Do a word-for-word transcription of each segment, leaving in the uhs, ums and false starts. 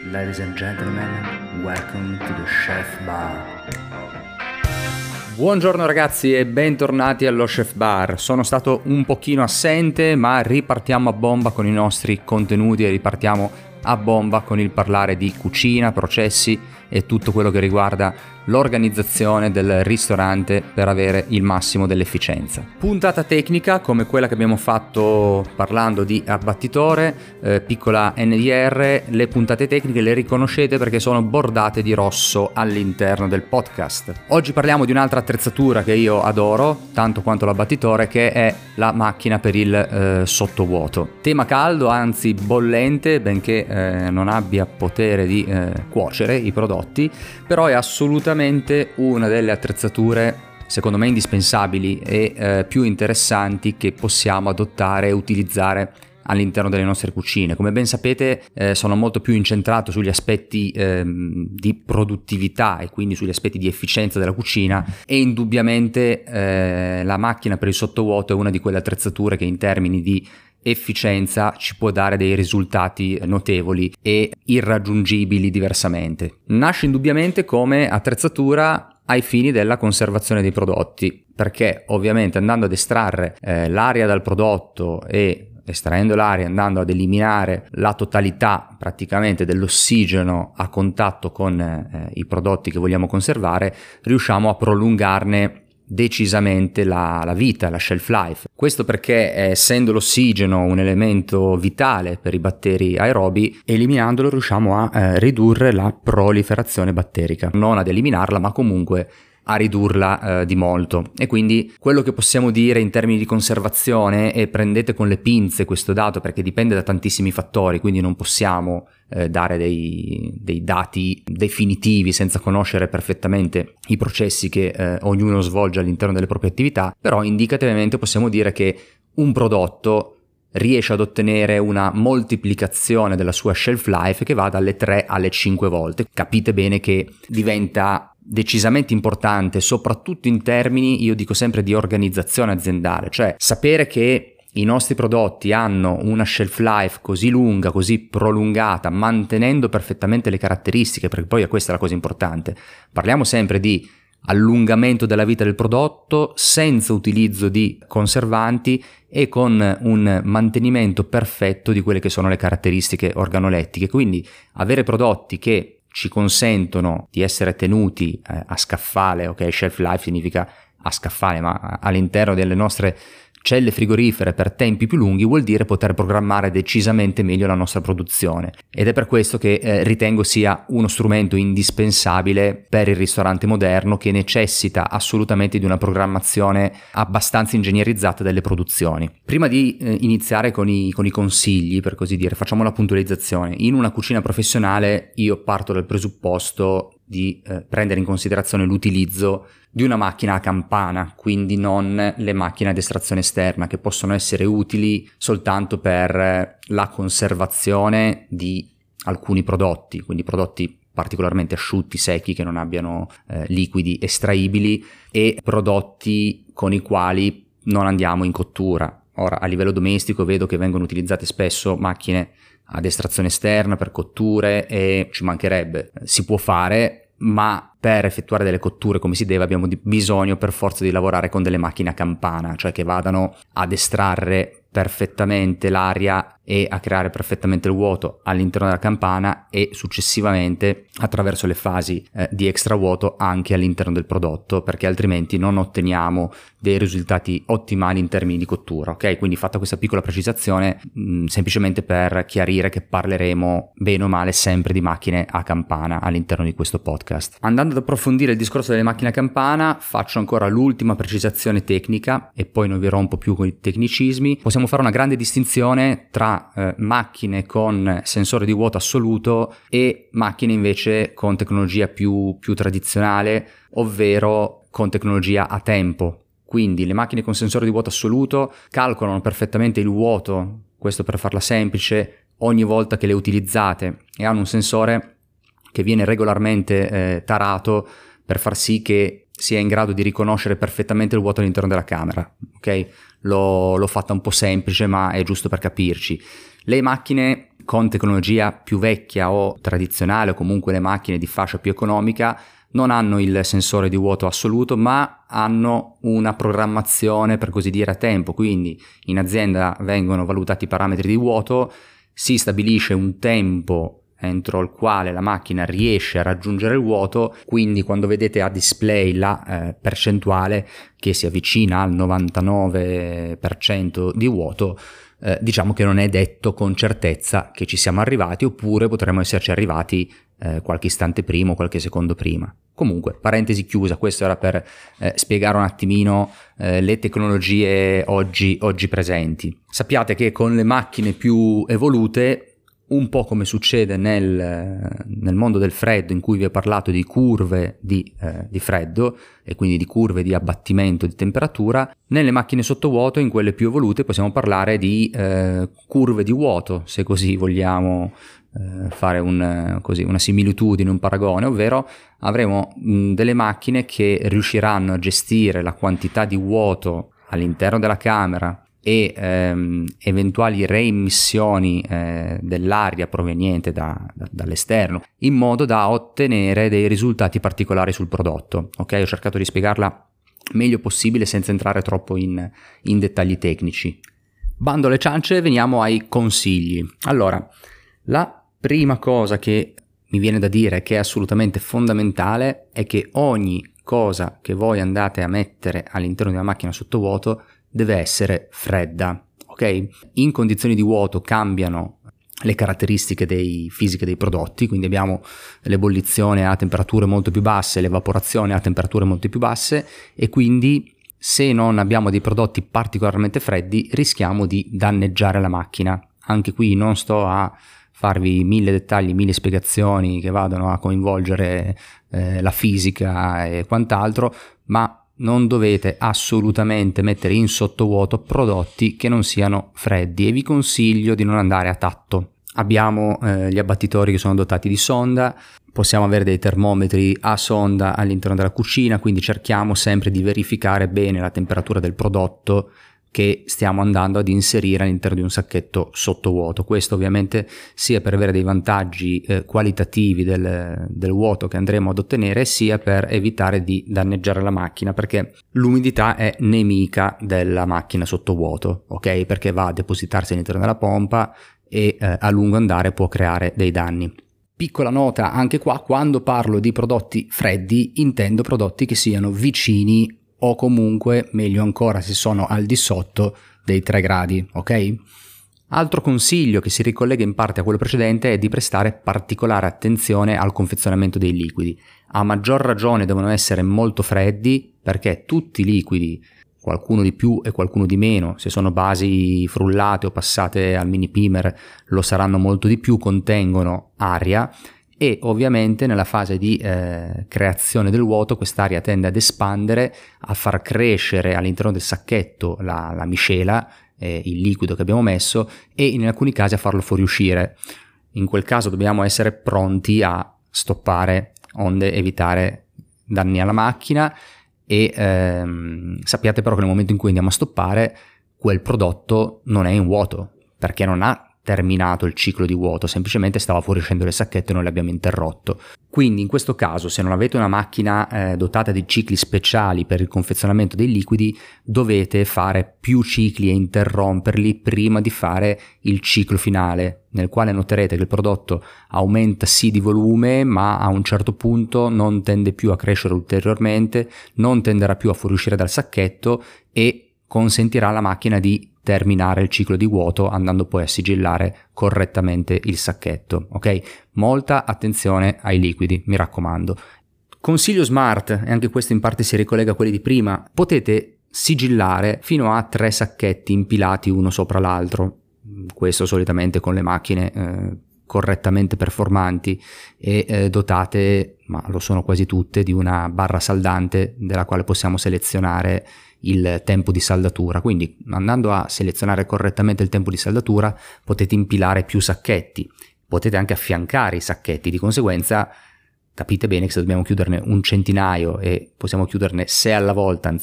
Ladies and gentlemen, welcome to the Chef Bar. Buongiorno ragazzi e bentornati allo Chef Bar. Sono stato un pochino assente, ma ripartiamo a bomba con i nostri contenuti e ripartiamo a bomba con il parlare di cucina, processi e tutto quello che riguarda l'organizzazione del ristorante per avere il massimo dell'efficienza. Puntata tecnica come quella che abbiamo fatto parlando di abbattitore, eh, piccola N D R. Le puntate tecniche le riconoscete perché sono bordate di rosso all'interno del podcast. Oggi parliamo di un'altra attrezzatura che io adoro tanto quanto l'abbattitore, che è la macchina per il eh, sottovuoto. Tema caldo, anzi bollente, benché eh, non abbia potere di eh, cuocere i prodotti, però è assolutamente una delle attrezzature secondo me indispensabili e eh, più interessanti che possiamo adottare e utilizzare all'interno delle nostre cucine. Come ben sapete eh, sono molto più incentrato sugli aspetti eh, di produttività e quindi sugli aspetti di efficienza della cucina, e indubbiamente eh, la macchina per il sottovuoto è una di quelle attrezzature che in termini di efficienza ci può dare dei risultati notevoli e irraggiungibili diversamente. Nasce indubbiamente come attrezzatura ai fini della conservazione dei prodotti, perché ovviamente andando ad estrarre eh, l'aria dal prodotto e estraendo l'aria, andando ad eliminare la totalità praticamente dell'ossigeno a contatto con eh, i prodotti che vogliamo conservare, riusciamo a prolungarne decisamente la, la vita, la shelf life. Questo perché eh, essendo l'ossigeno un elemento vitale per i batteri aerobi, eliminandolo riusciamo a eh, ridurre la proliferazione batterica, non ad eliminarla ma comunque a ridurla eh, di molto. E quindi quello che possiamo dire in termini di conservazione, e prendete con le pinze questo dato perché dipende da tantissimi fattori, quindi non possiamo eh, dare dei, dei dati definitivi senza conoscere perfettamente i processi che eh, ognuno svolge all'interno delle proprie attività, però indicativamente possiamo dire che un prodotto riesce ad ottenere una moltiplicazione della sua shelf life che va dalle tre alle cinque volte. Capite bene che diventa decisamente importante, soprattutto in termini, io dico sempre, di organizzazione aziendale, cioè sapere che i nostri prodotti hanno una shelf life così lunga, così prolungata, mantenendo perfettamente le caratteristiche, perché poi questa è la cosa importante. Parliamo sempre di allungamento della vita del prodotto senza utilizzo di conservanti e con un mantenimento perfetto di quelle che sono le caratteristiche organolettiche. Quindi avere prodotti che ci consentono di essere tenuti eh, a scaffale, ok, shelf life significa a scaffale, ma all'interno delle nostre celle frigorifere per tempi più lunghi, vuol dire poter programmare decisamente meglio la nostra produzione, ed è per questo che eh, ritengo sia uno strumento indispensabile per il ristorante moderno, che necessita assolutamente di una programmazione abbastanza ingegnerizzata delle produzioni. Prima di eh, iniziare con i, con i consigli, per così dire, facciamo la puntualizzazione. In una cucina professionale io parto dal presupposto di eh, prendere in considerazione l'utilizzo di una macchina a campana, quindi non le macchine ad estrazione esterna, che possono essere utili soltanto per la conservazione di alcuni prodotti, quindi prodotti particolarmente asciutti, secchi, che non abbiano eh, liquidi estraibili, e prodotti con i quali non andiamo in cottura. Ora, a livello domestico vedo che vengono utilizzate spesso macchine ad estrazione esterna per cotture, e ci mancherebbe, si può fare, ma per effettuare delle cotture come si deve abbiamo bisogno per forza di lavorare con delle macchine a campana, cioè che vadano ad estrarre perfettamente l'aria e a creare perfettamente il vuoto all'interno della campana, e successivamente attraverso le fasi eh, di extravuoto anche all'interno del prodotto, perché altrimenti non otteniamo dei risultati ottimali in termini di cottura. Ok, quindi fatta questa piccola precisazione, mh, semplicemente per chiarire che parleremo bene o male sempre di macchine a campana all'interno di questo podcast. Andando ad approfondire il discorso delle macchine a campana, faccio ancora l'ultima precisazione tecnica e poi non vi rompo più con i tecnicismi. Possiamo fare una grande distinzione tra Eh, macchine con sensore di vuoto assoluto e macchine invece con tecnologia più, più tradizionale, ovvero con tecnologia a tempo. Quindi le macchine con sensore di vuoto assoluto calcolano perfettamente il vuoto, questo per farla semplice, ogni volta che le utilizzate, e hanno un sensore che viene regolarmente eh, tarato per far sì che sia in grado di riconoscere perfettamente il vuoto all'interno della camera. Ok? L'ho, l'ho fatta un po' semplice, ma è giusto per capirci. Le macchine con tecnologia più vecchia o tradizionale, o comunque le macchine di fascia più economica, non hanno il sensore di vuoto assoluto, ma hanno una programmazione, per così dire, a tempo. Quindi in azienda vengono valutati i parametri di vuoto, si stabilisce un tempo entro il quale la macchina riesce a raggiungere il vuoto, quindi quando vedete a display la eh, percentuale che si avvicina al novantanove per cento di vuoto, eh, diciamo che non è detto con certezza che ci siamo arrivati, oppure potremmo esserci arrivati eh, qualche istante prima o qualche secondo prima. Comunque, parentesi chiusa, questo era per eh, spiegare un attimino eh, le tecnologie oggi, oggi presenti. Sappiate che con le macchine più evolute, un po' come succede nel, nel mondo del freddo, in cui vi ho parlato di curve di, eh, di freddo e quindi di curve di abbattimento di temperatura, nelle macchine sottovuoto, in quelle più evolute, possiamo parlare di eh, curve di vuoto, se così vogliamo eh, fare un, così, una similitudine, un paragone, ovvero avremo mh, delle macchine che riusciranno a gestire la quantità di vuoto all'interno della camera e ehm, eventuali reimmissioni eh, dell'aria proveniente da, da, dall'esterno, in modo da ottenere dei risultati particolari sul prodotto. Ok, ho cercato di spiegarla meglio possibile senza entrare troppo in, in dettagli tecnici. Bando alle ciance, veniamo ai consigli. Allora, la prima cosa che mi viene da dire, che è assolutamente fondamentale, è che ogni cosa che voi andate a mettere all'interno di una macchina sottovuoto deve essere fredda, ok? In condizioni di vuoto cambiano le caratteristiche dei, fisiche dei prodotti, quindi abbiamo l'ebollizione a temperature molto più basse, l'evaporazione a temperature molto più basse, e quindi se non abbiamo dei prodotti particolarmente freddi rischiamo di danneggiare la macchina. Anche qui non sto a farvi mille dettagli, mille spiegazioni che vadano a coinvolgere eh, la fisica e quant'altro, ma non dovete assolutamente mettere in sottovuoto prodotti che non siano freddi, e vi consiglio di non andare a tatto. Abbiamo eh, gli abbattitori che sono dotati di sonda, possiamo avere dei termometri a sonda all'interno della cucina, quindi cerchiamo sempre di verificare bene la temperatura del prodotto che stiamo andando ad inserire all'interno di un sacchetto sottovuoto. Questo ovviamente sia per avere dei vantaggi eh, qualitativi del, del vuoto che andremo ad ottenere, sia per evitare di danneggiare la macchina, perché l'umidità è nemica della macchina sottovuoto, ok? Perché va a depositarsi all'interno della pompa e eh, a lungo andare può creare dei danni. Piccola nota anche qua: quando parlo di prodotti freddi intendo prodotti che siano vicini, o comunque meglio ancora se sono al di sotto dei tre gradi, ok? Altro consiglio che si ricollega in parte a quello precedente è di prestare particolare attenzione al confezionamento dei liquidi. A maggior ragione devono essere molto freddi, perché tutti i liquidi, qualcuno di più e qualcuno di meno, se sono basi frullate o passate al mini pimer lo saranno molto di più, contengono aria, e ovviamente nella fase di eh, creazione del vuoto quest'aria tende ad espandere, a far crescere all'interno del sacchetto la, la miscela, eh, il liquido che abbiamo messo, e in alcuni casi a farlo fuoriuscire. In quel caso dobbiamo essere pronti a stoppare, onde evitare danni alla macchina, e ehm, sappiate però che nel momento in cui andiamo a stoppare quel prodotto non è in vuoto, perché non ha terminato il ciclo di vuoto, semplicemente stava fuoriuscendo il sacchetto e noi l'abbiamo interrotto. Quindi in questo caso, se non avete una macchina eh, dotata di cicli speciali per il confezionamento dei liquidi, dovete fare più cicli e interromperli prima di fare il ciclo finale, nel quale noterete che il prodotto aumenta sì di volume, ma a un certo punto non tende più a crescere ulteriormente, non tenderà più a fuoriuscire dal sacchetto e consentirà alla macchina di terminare il ciclo di vuoto, andando poi a sigillare correttamente il sacchetto, ok? Molta attenzione ai liquidi, mi raccomando. Consiglio smart, e anche questo in parte si ricollega a quelli di prima: potete sigillare fino a tre sacchetti impilati uno sopra l'altro, questo solitamente con le macchine eh, correttamente performanti e eh, dotate, ma lo sono quasi tutte, di una barra saldante della quale possiamo selezionare il tempo di saldatura. Quindi andando a selezionare correttamente il tempo di saldatura potete impilare più sacchetti, potete anche affiancare i sacchetti, di conseguenza capite bene che se dobbiamo chiuderne un centinaio e possiamo chiuderne sei alla volta anziché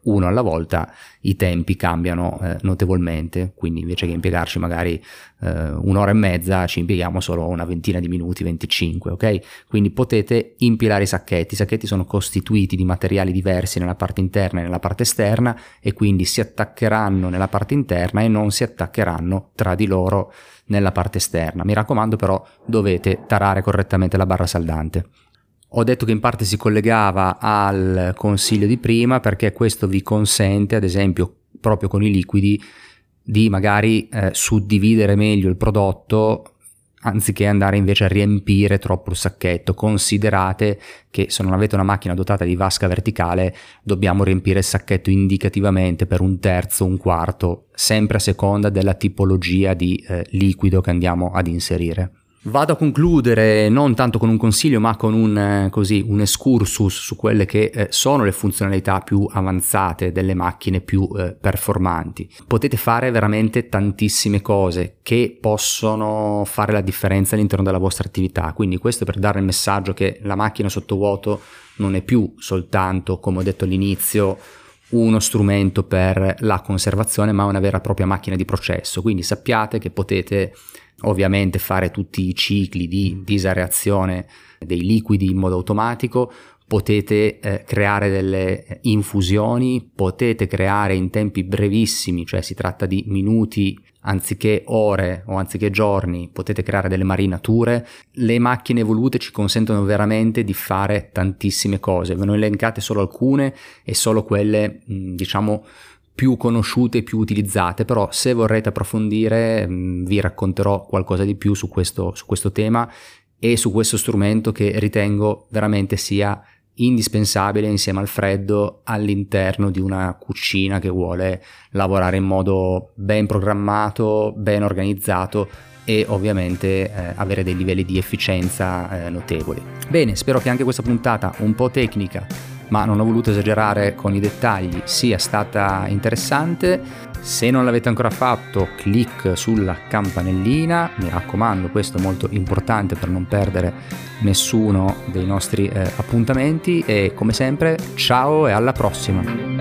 uno alla volta i tempi cambiano eh, notevolmente, quindi invece che impiegarci magari eh, un'ora e mezza ci impieghiamo solo una ventina di minuti, venticinque, ok? Quindi potete impilare i sacchetti. I sacchetti sono costituiti di materiali diversi nella parte interna e nella parte esterna, e quindi si attaccheranno nella parte interna e non si attaccheranno tra di loro nella parte esterna. Mi raccomando, però dovete tarare correttamente la barra saldante. Ho detto che in parte si collegava al consiglio di prima, perché questo vi consente, ad esempio, proprio con i liquidi, di magari eh, suddividere meglio il prodotto anziché andare invece a riempire troppo il sacchetto. Considerate che se non avete una macchina dotata di vasca verticale dobbiamo riempire il sacchetto indicativamente per un terzo, un quarto, sempre a seconda della tipologia di eh, liquido che andiamo ad inserire. Vado a concludere non tanto con un consiglio ma con un, eh, così, un excursus su quelle che eh, sono le funzionalità più avanzate delle macchine più eh, performanti. Potete fare veramente tantissime cose che possono fare la differenza all'interno della vostra attività, quindi questo per dare il messaggio che la macchina sottovuoto non è più soltanto, come ho detto all'inizio, uno strumento per la conservazione, ma una vera e propria macchina di processo. Quindi sappiate che potete ovviamente fare tutti i cicli di disareazione dei liquidi in modo automatico, potete eh, creare delle infusioni, potete creare in tempi brevissimi, cioè si tratta di minuti anziché ore o anziché giorni, potete creare delle marinature. Le macchine evolute ci consentono veramente di fare tantissime cose, ve ne ho elencate solo alcune e solo quelle mh, diciamo più conosciute e più utilizzate, però se vorrete approfondire mh, vi racconterò qualcosa di più su questo, su questo tema e su questo strumento che ritengo veramente sia indispensabile insieme al freddo all'interno di una cucina che vuole lavorare in modo ben programmato, ben organizzato e ovviamente eh, avere dei livelli di efficienza eh, notevoli. Bene, spero che anche questa puntata un po' tecnica, ma non ho voluto esagerare con i dettagli, sia stata interessante. Se non l'avete ancora fatto, clic sulla campanellina, mi raccomando, questo è molto importante per non perdere nessuno dei nostri eh, appuntamenti, e come sempre ciao e alla prossima.